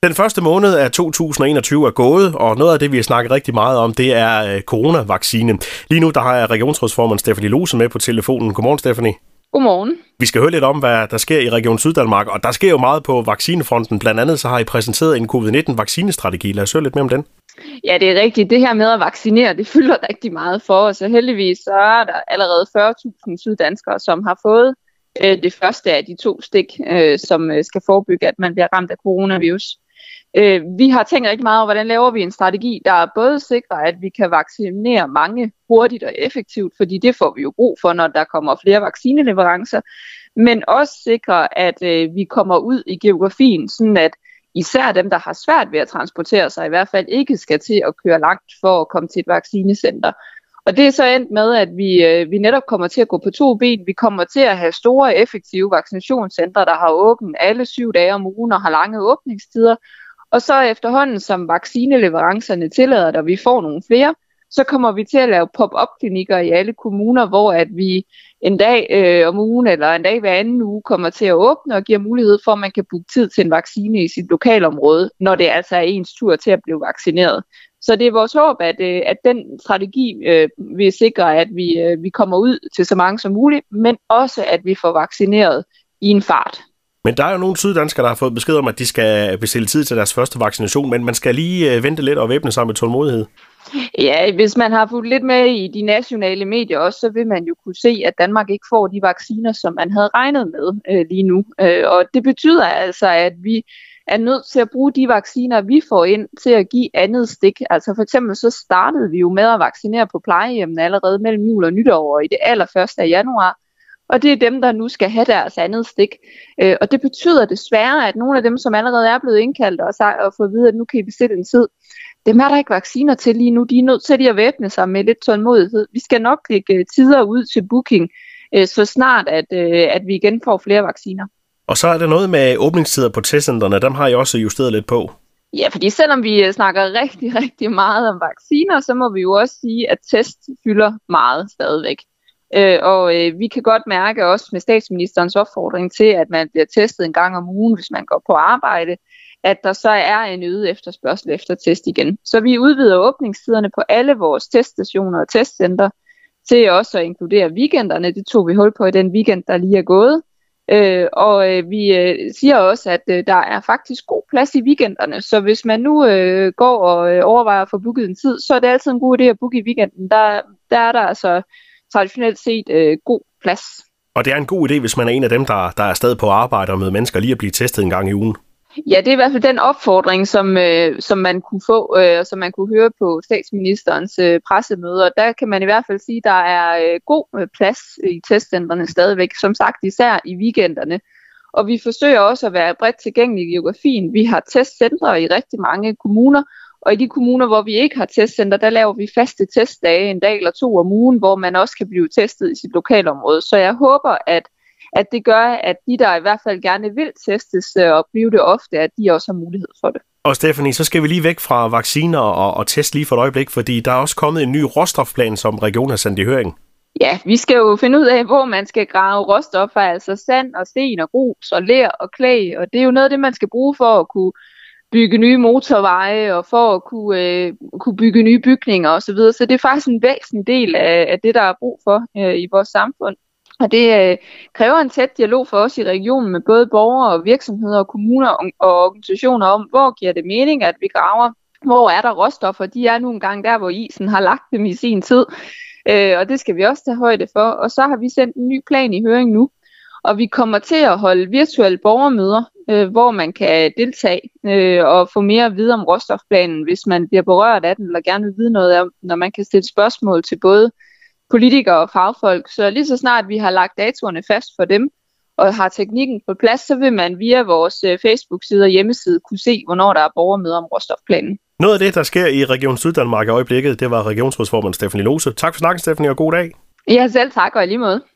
Den første måned af 2021 er gået, og noget af det, vi har snakket rigtig meget om, det er coronavaccine. Lige nu der har jeg regionsrådsformand Stephanie Lose med på telefonen. Godmorgen, Stephanie. Godmorgen. Vi skal høre lidt om, hvad der sker i Region Syddanmark, og der sker jo meget på vaccinefronten. Blandt andet så har I præsenteret en COVID-19-vaccinestrategi. Lad os høre lidt mere om den. Ja, det er rigtigt. Det her med at vaccinere, det fylder rigtig meget for os. Og heldigvis så er der allerede 40.000 syddanskere, som har fået det første af de 2 stik, som skal forebygge, at man bliver ramt af coronavirus. Vi har tænkt rigtig meget over, hvordan laver vi en strategi, der både sikrer, at vi kan vaccinere mange hurtigt og effektivt, fordi det får vi jo brug for, når der kommer flere vaccineleverancer, men også sikrer, at vi kommer ud i geografien, sådan at især dem, der har svært ved at transportere sig, i hvert fald ikke skal til at køre langt for at komme til et vaccinecenter. Og det er så endt med, at vi netop kommer til at gå på 2 ben. Vi kommer til at have store, effektive vaccinationscentre, der har åbent alle 7 dage om ugen og har lange åbningstider. Og så efterhånden, som vaccineleverancerne tillader det, og vi får nogle flere, så kommer vi til at lave pop-up-klinikker i alle kommuner, hvor at vi en dag om ugen eller en dag hver anden uge kommer til at åbne og giver mulighed for, at man kan booke tid til en vaccine i sit lokalområde, når det altså er ens tur til at blive vaccineret. Så det er vores håb, at den strategi vil sikre, at vi kommer ud til så mange som muligt, men også at vi får vaccineret i en fart. Men der er jo nogle syddanskere, der har fået besked om, at de skal bestille tid til deres første vaccination, men man skal lige vente lidt og væbne sig med tålmodighed. Ja, hvis man har fulgt lidt med i de nationale medier også, så vil man jo kunne se, at Danmark ikke får de vacciner, som man havde regnet med lige nu. Og det betyder altså, at vi er nødt til at bruge de vacciner, vi får ind, til at give andet stik. Altså for eksempel så startede vi jo med at vaccinere på plejehjemmene allerede mellem jul og nytår i det allerførste af januar. Og det er dem, der nu skal have deres andet stik. Og det betyder desværre, at nogle af dem, som allerede er blevet indkaldt og fået at vide, at nu kan I bestille en tid, dem er der ikke vacciner til lige nu. De er nødt til lige at væbne sig med lidt tålmodighed. Vi skal nok lægge tider ud til booking, så snart at vi igen får flere vacciner. Og så er der noget med åbningstider på testcentrene. Dem har I også justeret lidt på. Ja, fordi selvom vi snakker rigtig, rigtig meget om vacciner, så må vi jo også sige, at test fylder meget stadigvæk. Og vi kan godt mærke også med statsministerens opfordring til, at man bliver testet en gang om ugen, hvis man går på arbejde, at der så er en øget efterspørgsel efter test igen. Så vi udvider åbningstiderne på alle vores teststationer og testcenter til også at inkludere weekenderne. Det tog vi hul på i den weekend, der lige er gået. Og vi siger også, at der er faktisk god plads i weekenderne. Så hvis man nu går og overvejer at få booket en tid, så er det altid en god idé at booke i weekenden. Der er der altså traditionelt set god plads. Og det er en god idé, hvis man er en af dem, der er stadig på arbejde og med mennesker, lige at blive testet en gang i ugen. Ja, det er i hvert fald den opfordring, som man kunne få, og som man kunne høre på statsministerens pressemøder. Der kan man i hvert fald sige, at der er god plads i testcentrene stadigvæk, som sagt især i weekenderne. Og vi forsøger også at være bredt tilgængelige i geografien. Vi har testcentre i rigtig mange kommuner, og i de kommuner, hvor vi ikke har testcenter, der laver vi faste testdage, en dag eller 2 om ugen, hvor man også kan blive testet i sit lokalområde. Så jeg håber, at det gør, at de, der i hvert fald gerne vil testes og blive det ofte, at de også har mulighed for det. Og Stephanie, så skal vi lige væk fra vacciner og test lige for et øjeblik, fordi der er også kommet en ny råstofplan, som regionen har sendt i høring. Ja, vi skal jo finde ud af, hvor man skal grave råstoffer, altså sand og sten og grus og ler og klæ, og det er jo noget af det, man skal bruge for at kunne bygge nye motorveje og for at kunne bygge nye bygninger osv. Så det er faktisk en væsentlig del af det, der er brug for i vores samfund. Og det kræver en tæt dialog for os i regionen med både borgere og virksomheder og kommuner og organisationer om, hvor giver det mening, at vi graver. Hvor er der råstoffer? De er nu engang der, hvor isen har lagt dem i sin tid. Og det skal vi også tage højde for. Og så har vi sendt en ny plan i høring nu. Og vi kommer til at holde virtuelle borgermøder, hvor man kan deltage og få mere at vide om råstofplanen, hvis man bliver berørt af den, eller gerne vil vide noget om, når man kan stille spørgsmål til både politikere og fagfolk. Så lige så snart vi har lagt datoerne fast for dem, og har teknikken på plads, så vil man via vores Facebook-side og hjemmeside kunne se, hvornår der er borgermøder om råstofplanen. Noget af det, der sker i Region Syddanmark i øjeblikket, det var regionsrådsformand Stephanie Lose. Tak for snakken, Stephanie, og god dag. Ja, selv tak, og i lige måde.